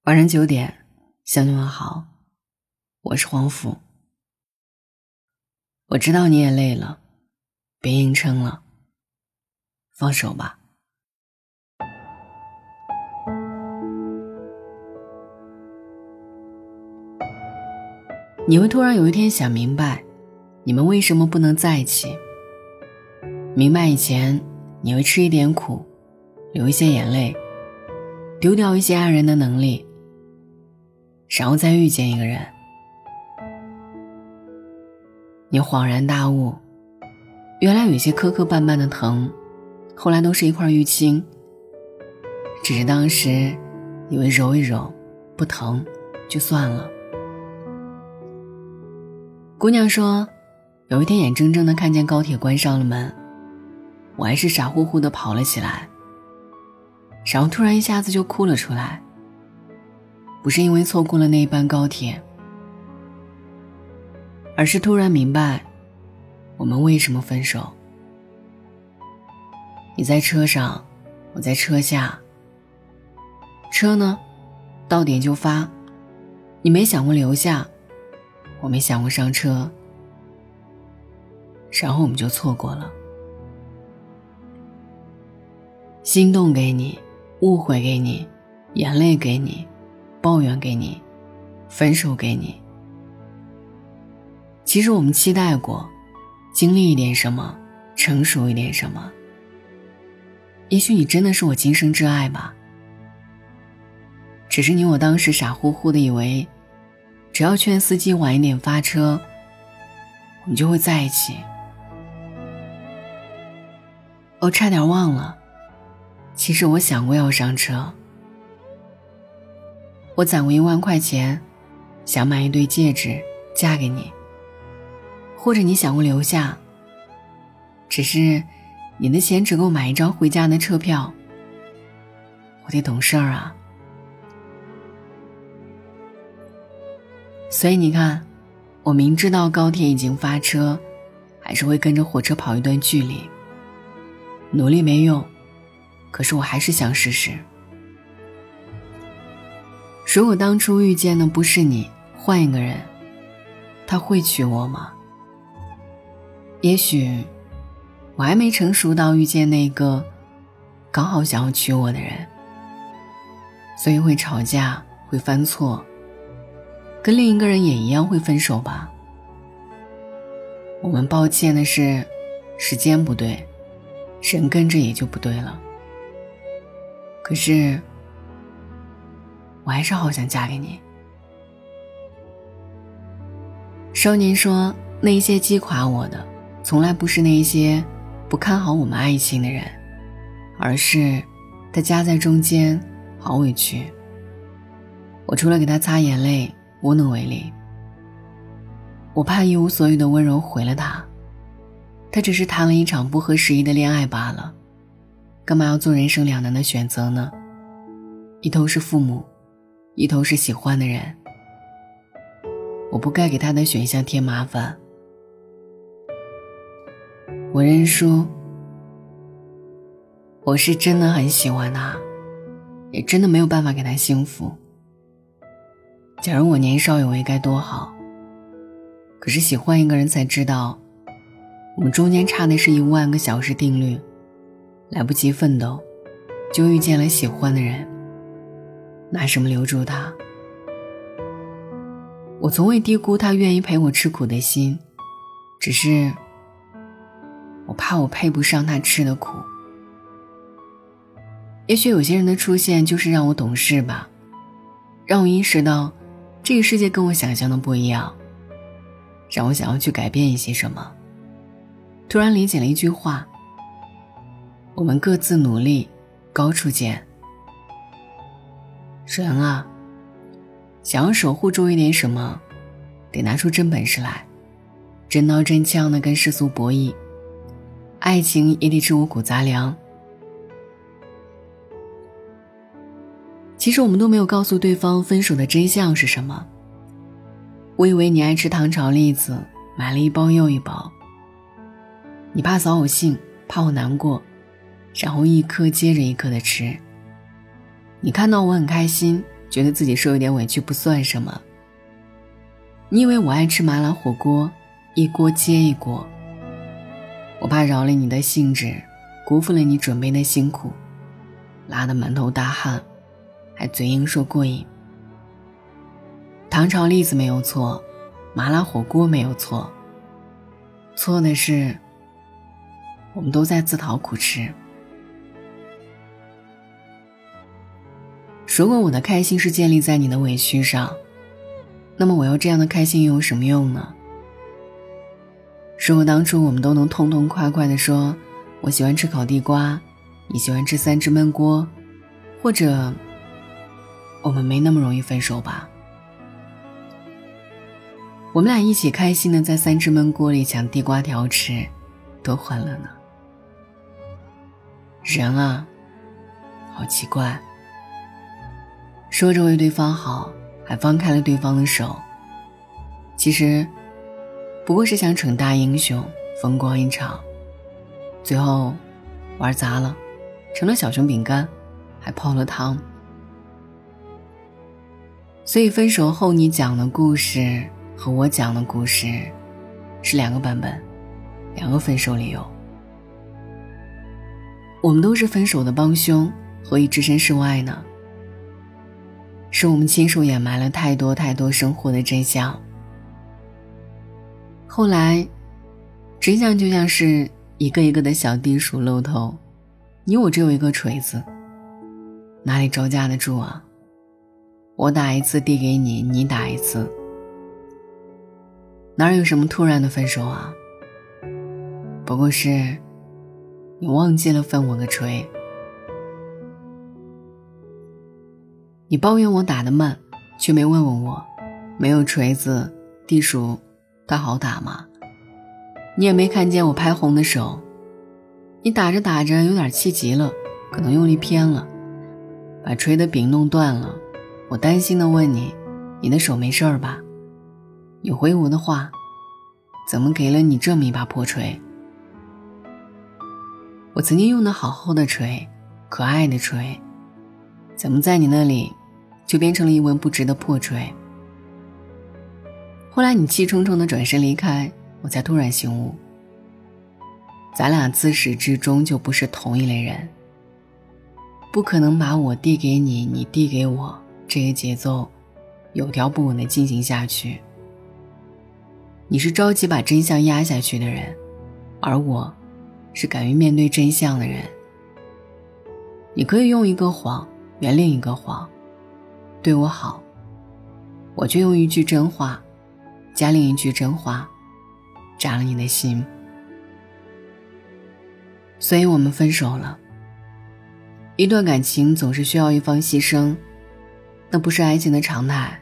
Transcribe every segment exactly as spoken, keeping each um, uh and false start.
晚上九点，向你们好，我是黄甫。我知道你也累了，别硬撑了，放手吧。你会突然有一天想明白，你们为什么不能在一起。明白以前，你会吃一点苦，流一些眼泪，丢掉一些爱人的能力，然后再遇见一个人。你恍然大悟，原来有些磕磕绊绊的疼，后来都是一块淤青，只是当时以为揉一揉不疼就算了。姑娘说，有一天眼睁睁地看见高铁关上了门，我还是傻乎乎地跑了起来，然后突然一下子就哭了出来，不是因为错过了那一班高铁，而是突然明白我们为什么分手。你在车上，我在车下，车呢到点就发，你没想过留下，我没想过上车，然后我们就错过了。心动给你，误会给你，眼泪给你，抱怨给你，分手给你。其实我们期待过经历一点什么，成熟一点什么。也许你真的是我今生挚爱吧，只是你我当时傻乎乎的以为只要劝司机晚一点发车，我们就会在一起。我差点忘了，其实我想过要上车。我攒过一万块钱，想买一对戒指嫁给你，或者你想过留下，只是你的钱只够买一张回家的车票。我得懂事儿啊。所以你看，我明知道高铁已经发车，还是会跟着火车跑一段距离。努力没用，可是我还是想试试。如果当初遇见的不是你，换一个人，他会娶我吗？也许我还没成熟到遇见那个刚好想要娶我的人，所以会吵架，会犯错，跟另一个人也一样会分手吧。我们抱歉的是时间不对，人跟着也就不对了。可是我还是好想嫁给你。少年说，那些击垮我的从来不是那些不看好我们爱情的人，而是他夹在中间，好委屈。我除了给他擦眼泪无能为力。我怕一无所有的温柔毁了他，他只是谈了一场不合时宜的恋爱罢了，干嘛要做人生两难的选择呢？一头是父母，一头是喜欢的人，我不该给他的选项添麻烦。我认输，我是真的很喜欢他，也真的没有办法给他幸福。假如我年少有为该多好，可是喜欢一个人才知道，我们中间差的是一万个小时定律，来不及奋斗，就遇见了喜欢的人，拿什么留住他？我从未低估他愿意陪我吃苦的心，只是我怕我配不上他吃的苦。也许有些人的出现就是让我懂事吧，让我意识到这个世界跟我想象的不一样，让我想要去改变一些什么。突然理解了一句话，我们各自努力，高处见。人啊，想要守护住一点什么，得拿出真本事来，真刀真枪的跟世俗博弈，爱情也得吃五谷杂粮。其实我们都没有告诉对方分手的真相是什么。我以为你爱吃糖炒栗子，买了一包又一包，你怕扫我兴，怕我难过，然后一颗接着一颗的吃。你看到我很开心， 觉得自己受一点委屈不算什么。你以为我爱吃麻辣火锅，一锅接一锅，我怕扰了你的兴致，辜负了你准备的辛苦，拉得满头大汗，还嘴硬说过瘾。糖炒栗子没有错，麻辣火锅没有错，错的是我们都在自讨苦吃。如果我的开心是建立在你的委屈上，那么我要这样的开心又有什么用呢？如果当初我们都能痛痛快快地说，我喜欢吃烤地瓜，你喜欢吃三汁焖锅，或者我们没那么容易分手吧。我们俩一起开心地在三汁焖锅里抢地瓜条吃，多欢乐呢。人啊，好奇怪，说着为对方好，还放开了对方的手，其实不过是想逞大英雄，风光一场，最后玩砸了，成了小熊饼干，还泡了汤。所以分手后你讲的故事和我讲的故事是两个版本，两个分手理由。我们都是分手的帮凶，何以置身事外呢？是我们亲手掩埋了太多太多生活的真相。后来真相就像是一个一个的小地鼠露头，你我只有一个锤子，哪里招架得住啊？我打一次递给你，你打一次，哪有什么突然的分手啊？不过是你忘记了分我个锤。你抱怨我打得慢，却没问问我，没有锤子，地鼠它好打吗？你也没看见我拍红的手，你打着打着有点气急了，可能用力偏了，把锤的柄弄断了。我担心地问你，你的手没事儿吧？你回我的话，怎么给了你这么一把破锤？我曾经用的好好的锤，可爱的锤，怎么在你那里就变成了一文不值的破锤？后来你气冲冲地转身离开，我才突然醒悟，咱俩自始至终就不是同一类人，不可能把我递给你，你递给我，这个节奏有条不紊地进行下去。你是着急把真相压下去的人，而我是敢于面对真相的人。你可以用一个谎圆另一个谎，对我好，我却用一句真话加另一句真话，扎了你的心。所以我们分手了。一段感情总是需要一方牺牲，那不是爱情的常态。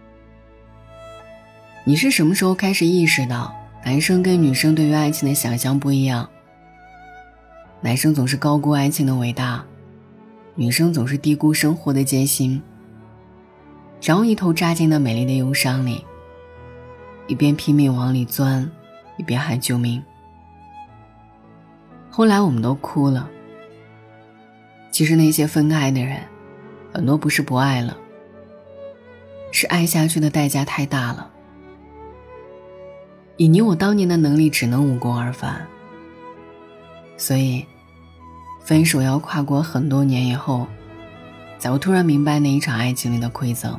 你是什么时候开始意识到男生跟女生对于爱情的想象不一样？男生总是高估爱情的伟大，女生总是低估生活的艰辛，然后一头扎进那美丽的忧伤里，一边拼命往里钻，一边喊救命。后来我们都哭了。其实那些分开的人，很多不是不爱了，是爱下去的代价太大了。以你我当年的能力只能无功而返，所以分手要跨过很多年以后，才会突然明白那一场爱情里的馈赠。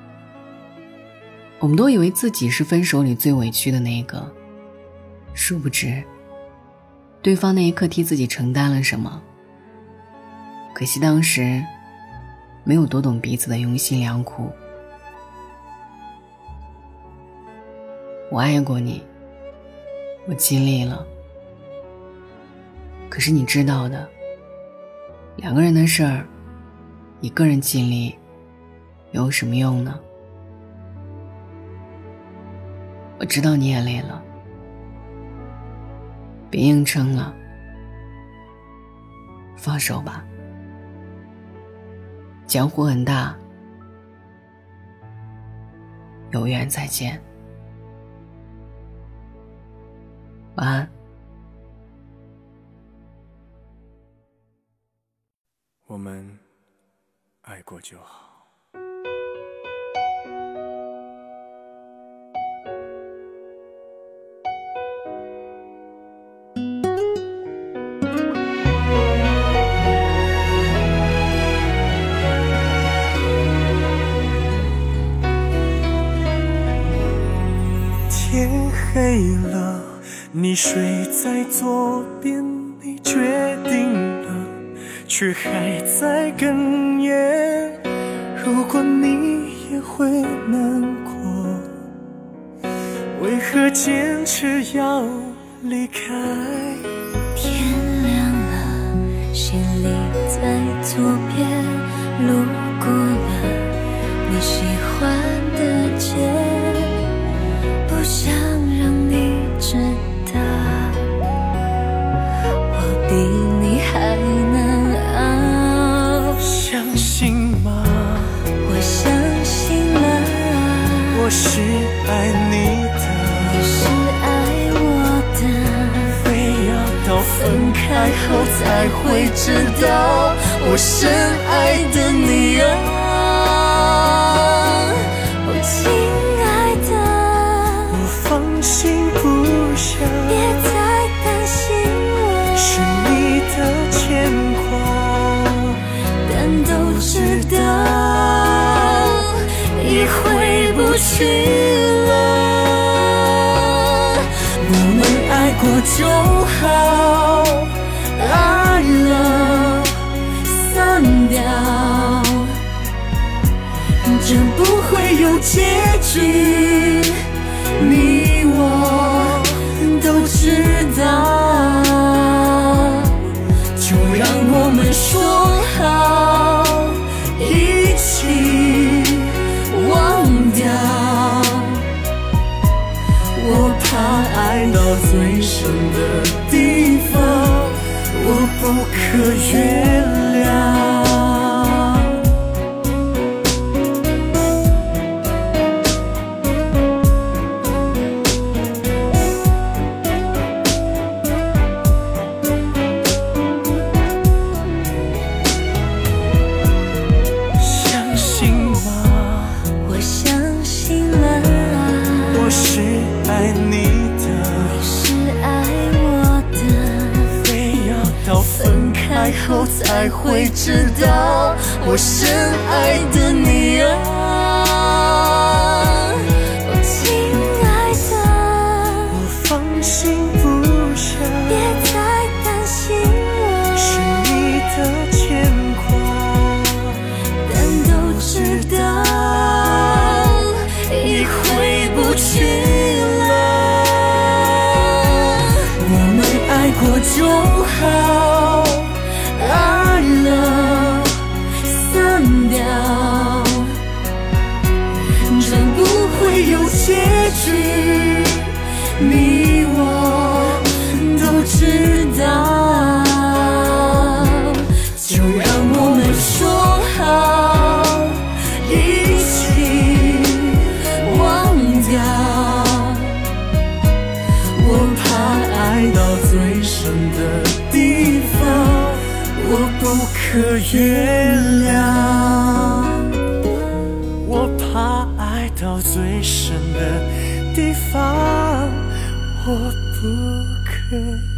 我们都以为自己是分手里最委屈的那一个，殊不知对方那一刻替自己承担了什么。可惜当时没有多懂彼此的用心良苦。我爱过你，我尽力了，可是你知道的，两个人的事儿，一个人尽力又有什么用呢？我知道你也累了，别硬撑了，放手吧。江湖很大，有缘再见。晚安。 我们爱过就好。 黑了，你睡在左边，你决定了，却还在哽咽。如果你也会难过，为何坚持要离开？ 天亮了，行李在左边，路过了你喜欢的街，不想让你知道，我比你还难熬。 相信吗？ 我相信了， 我是爱你的， 你是爱我的， 非要到分开后才会知道，我深爱的你啊， 哦，亲爱的， 我放心不下， 别再担心了， 是你的牵挂， 但都知道已回不去了。我们爱过就好，爱了散掉，这不会有结局，你我都知道，就让我们说好，一起忘掉，我怕爱到最深的地方，我不可原谅。 相信吗？ 我相信了， 我是爱你的， 你是爱我的， 非要到分开后才会知道，我深爱的你啊， 哦，亲爱的， 我放心不下， 别再担心了， 是你的牵挂， 但都知道已回不去了。我们爱过就好，爱了散掉，这不会有结局，你我都知道，就让我们说好，一起忘掉，我怕爱到最深的地方，我不可原谅， 我怕爱到最深的地方，我不可